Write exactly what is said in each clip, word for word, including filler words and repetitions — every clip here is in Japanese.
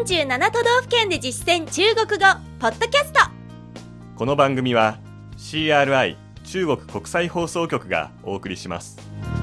よんじゅうなな都道府県で実践中国語ポッドキャスト。 この番組は シーアールアイ 中国国際放送局がお送りします。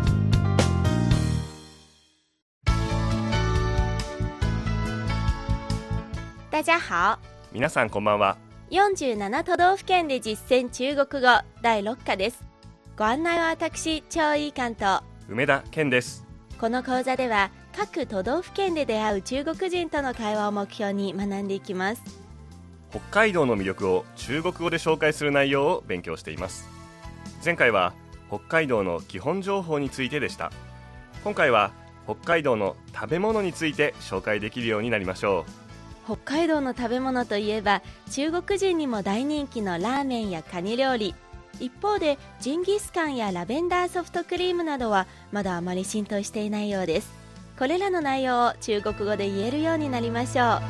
大家好。 皆さんこんばんは。 よんじゅうなな都道府県で実践中国語だいろっ課です。ご案内は私、張井関と梅田健です。 この講座では各都道府県で出会う中国人との会話を目標に学んでいきます。 北海道の魅力を中国語で紹介する内容を勉強しています。前回は北海道の基本情報についてでした。今回は北海道の食べ物について紹介できるようになりましょう。北海道の食べ物といえば中国人にも大人気のラーメンやカニ料理、一方でジンギスカンやラベンダーソフトクリームなどはまだあまり浸透していないようです。これらの内容を中国語で言えるようになりましょう。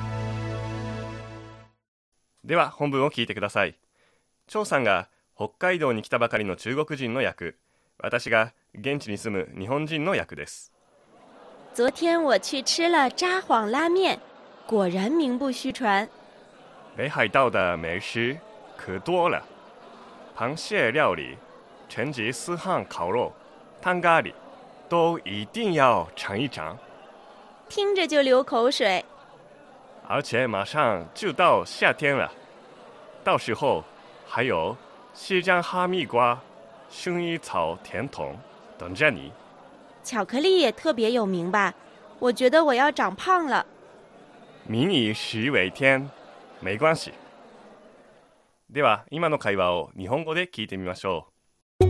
では本文を聞いてください。張さんが北海道に来たばかりの中国人の役、私が現地に住む日本人の役です。 昨天我去吃了札幌拉面，果然名不虚传。 北海道的美食可多了，螃蟹料理、成吉思汗烤肉、汤咖喱都一定要尝一尝。 听着就流口水。 而且马上就到夏天了，到时候还有西江哈密瓜、薰衣草甜筒等着你。 巧克力也特别有名吧？我觉得我要长胖了。 民以食为天，没关系。では今の会話を日本語で聞いてみましょう。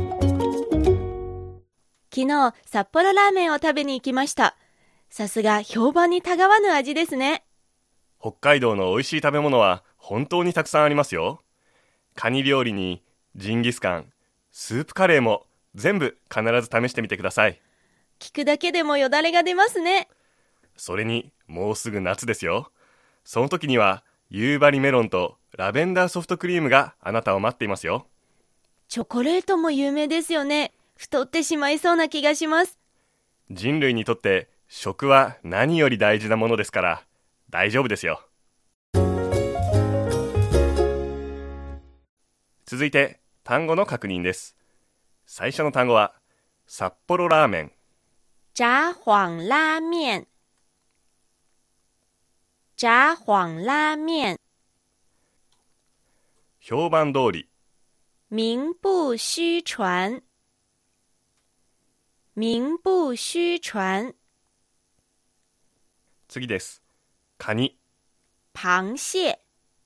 昨日札幌ラーメンを食べに行きました。さすが評判にたがわぬ味ですね。 北海道の美味しい食べ物は本当にたくさんありますよ。カニ料理にジンギスカン、スープカレーも全部必ず試してみてください。 聞くだけでもよだれが出ますね。 それにもうすぐ夏ですよ。その時には夕張メロンとラベンダーソフトクリームがあなたを待っていますよ。 チョコレートも有名ですよね。太ってしまいそうな気がします。 人類にとって食は何より大事なものですから大丈夫ですよ。続いて単語の確認です。最初の単語は札幌ラーメン。 札幌拉面。札幌拉面。 評判通り。 名不虚传。名不虚传。 次です。カニ。 螃蟹。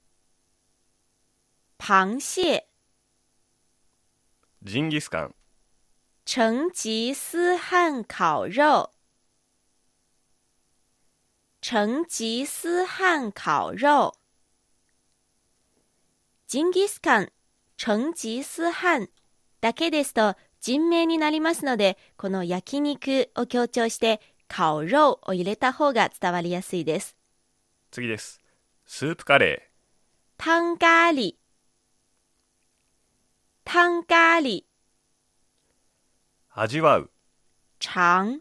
螃蟹。 ジンギスカン。 成吉思汗烤肉。成吉思汗烤肉。ジンギスカン、成吉思汗だけですと人名になりますので、この焼肉を強調して烤肉を入れた方が伝わりやすいです。 次です。スープカレー。湯咖喱。湯咖喱。 味わう。 尝。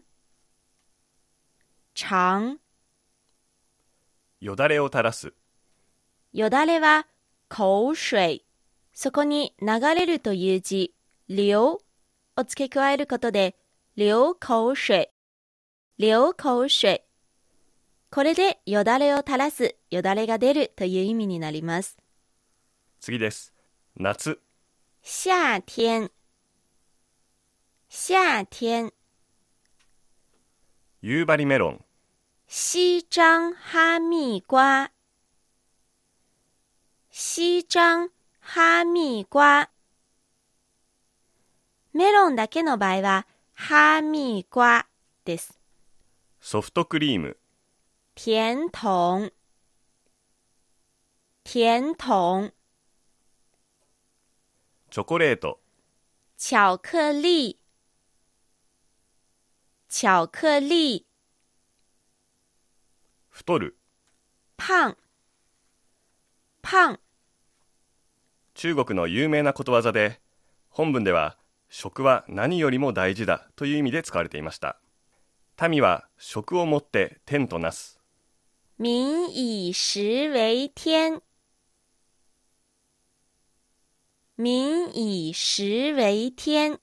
尝。 よだれを垂らす。 よだれは口水。そこに流れるという字、流を付け加えることで、流口水。流口水。これでよだれを垂らす、よだれが出るという意味になります。 次です。夏。 夏天。夏天。 夕張メロン。 西張哈密瓜。西張哈密瓜。メロンだけの場合は哈密瓜です。 ソフトクリーム。 甜筒。甜筒。 チョコレート。 巧克力。巧克力。 太る。 パン。パン。 中国の有名なことわざで、本文では食は何よりも大事だという意味で使われていました。民は食をもって天となす。 民以食为天。民以食为天。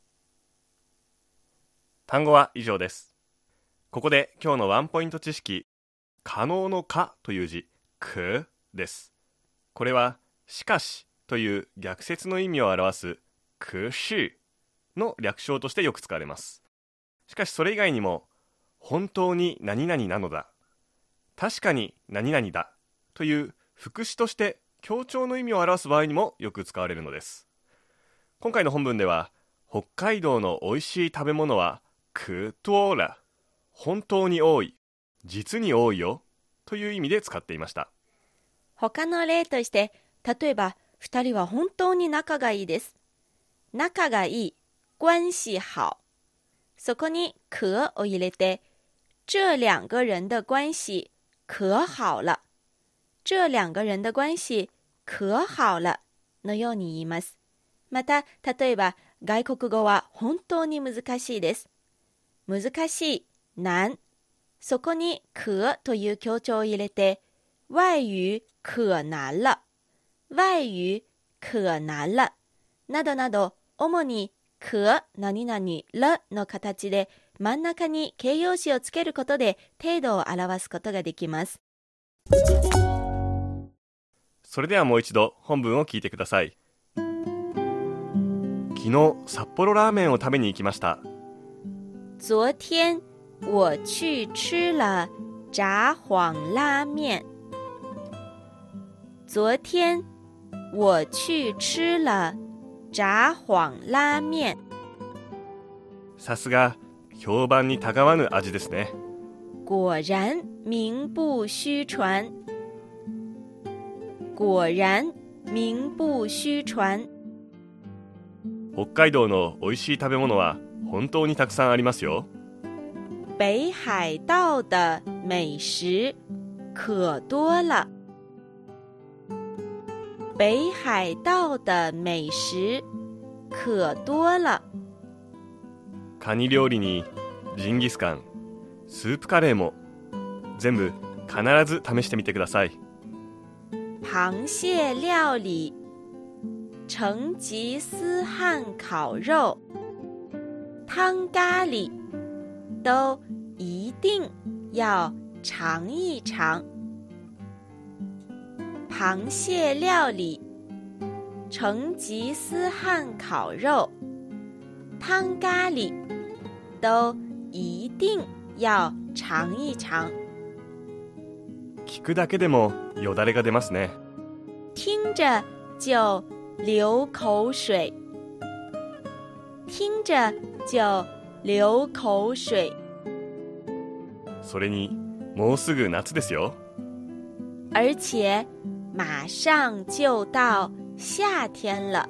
単語は以上です。ここで今日のワンポイント知識、可能の可という字、くです。これはしかしという逆説の意味を表すくしの略称としてよく使われます。しかしそれ以外にも本当に何々なのだ、確かに何々だという副詞として強調の意味を表す場合にもよく使われるのです。今回の本文では北海道の美味しい食べ物はクトーラ、本当に多い、実に多いよという意味で使っていました。 他の例として、例えばふたりは本当に仲がいいです。仲がいい、关系好。そこに可を入れて、这两个人的关系可好了。这两个人的关系可好了のように言います。また、例えば外国語は本当に難しいです。難しい、難。そこに可という強調を入れて、外語可難了。外語可難了。などなど、主に可何々了の形で真ん中に形容詞をつけることで程度を表すことができます。 それではもう一度本文を聞いてください。昨日札幌ラーメンを食べに行きました。 昨天我去吃了炸黄拉面。昨天我去吃了炸黄拉面。 さすが評判にたがわぬ味ですね。 果然名不虚傳。果然名不虚傳。 北海道の美味しい食べ物は本当にたくさんありますよ。 北海道的美食可多了。北海道的美食可多了。 カニ料理にジンギスカン、スープカレーも全部必ず試してみてください。 螃蟹料理、成吉思汗烤肉、汤咖喱都一定要尝一尝。螃蟹料理、成吉思汗烤肉、汤咖喱都一定要尝一尝。 聞くだけでもよだれが出ますね。 听着就流口水。听着就流口水。 それにもうすぐ夏ですよ。 而且马上就到夏天了。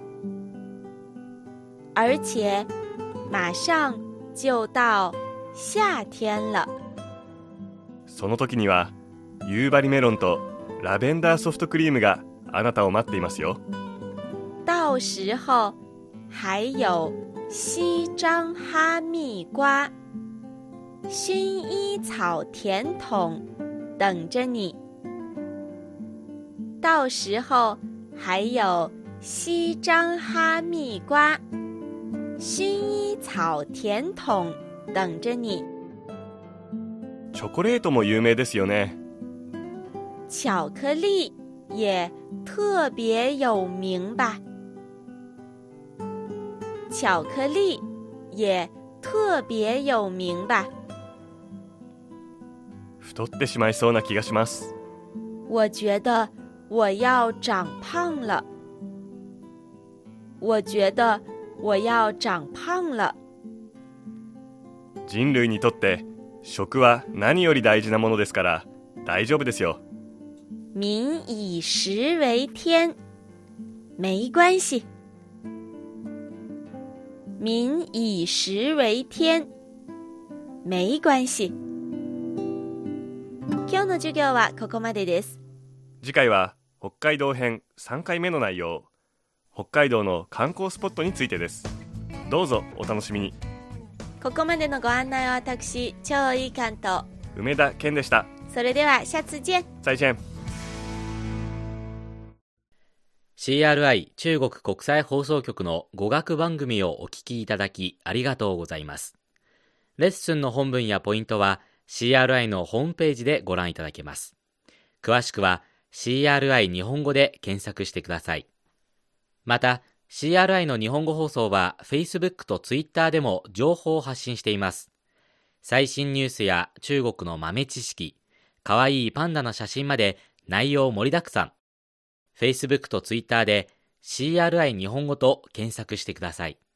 而且马上就到夏天了。 その時には夕張メロンとラベンダーソフトクリームがあなたを待っていますよ。 到时候还有西张哈密瓜、薰衣草甜筒等着你。到时候还有西张哈密瓜、薰衣草甜筒等着你。 チョコレートも有名ですよね。 巧克力也特别有名吧。巧克力也特别有名吧。 太ってしまいそうな気がします。 我觉得我要长胖了。我觉得我要长胖了。 人類にとって食は何より大事なものですから大丈夫ですよ。 民以食为天。没关系。民以食为天。没关系。今日の授業はここまでです。 次回は北海道編さんかいめの内容、北海道の観光スポットについてです。どうぞお楽しみに。 ここまでのご案内は私、超いい関東梅田健でした。 それでは下次見。 再见。 シーアールアイ 中国国際放送局の語学番組をお聞きいただきありがとうございます。レッスンの本文やポイントは シーアールアイ のホームページでご覧いただけます。詳しくは シーアールアイ 日本語で検索してください。また シーアールアイ の日本語放送は Facebook と Twitter でも情報を発信しています。最新ニュースや中国の豆知識、かわいいパンダの写真まで内容盛りだくさん。Facebook と Twitter で シーアールアイ 日本語と検索してください。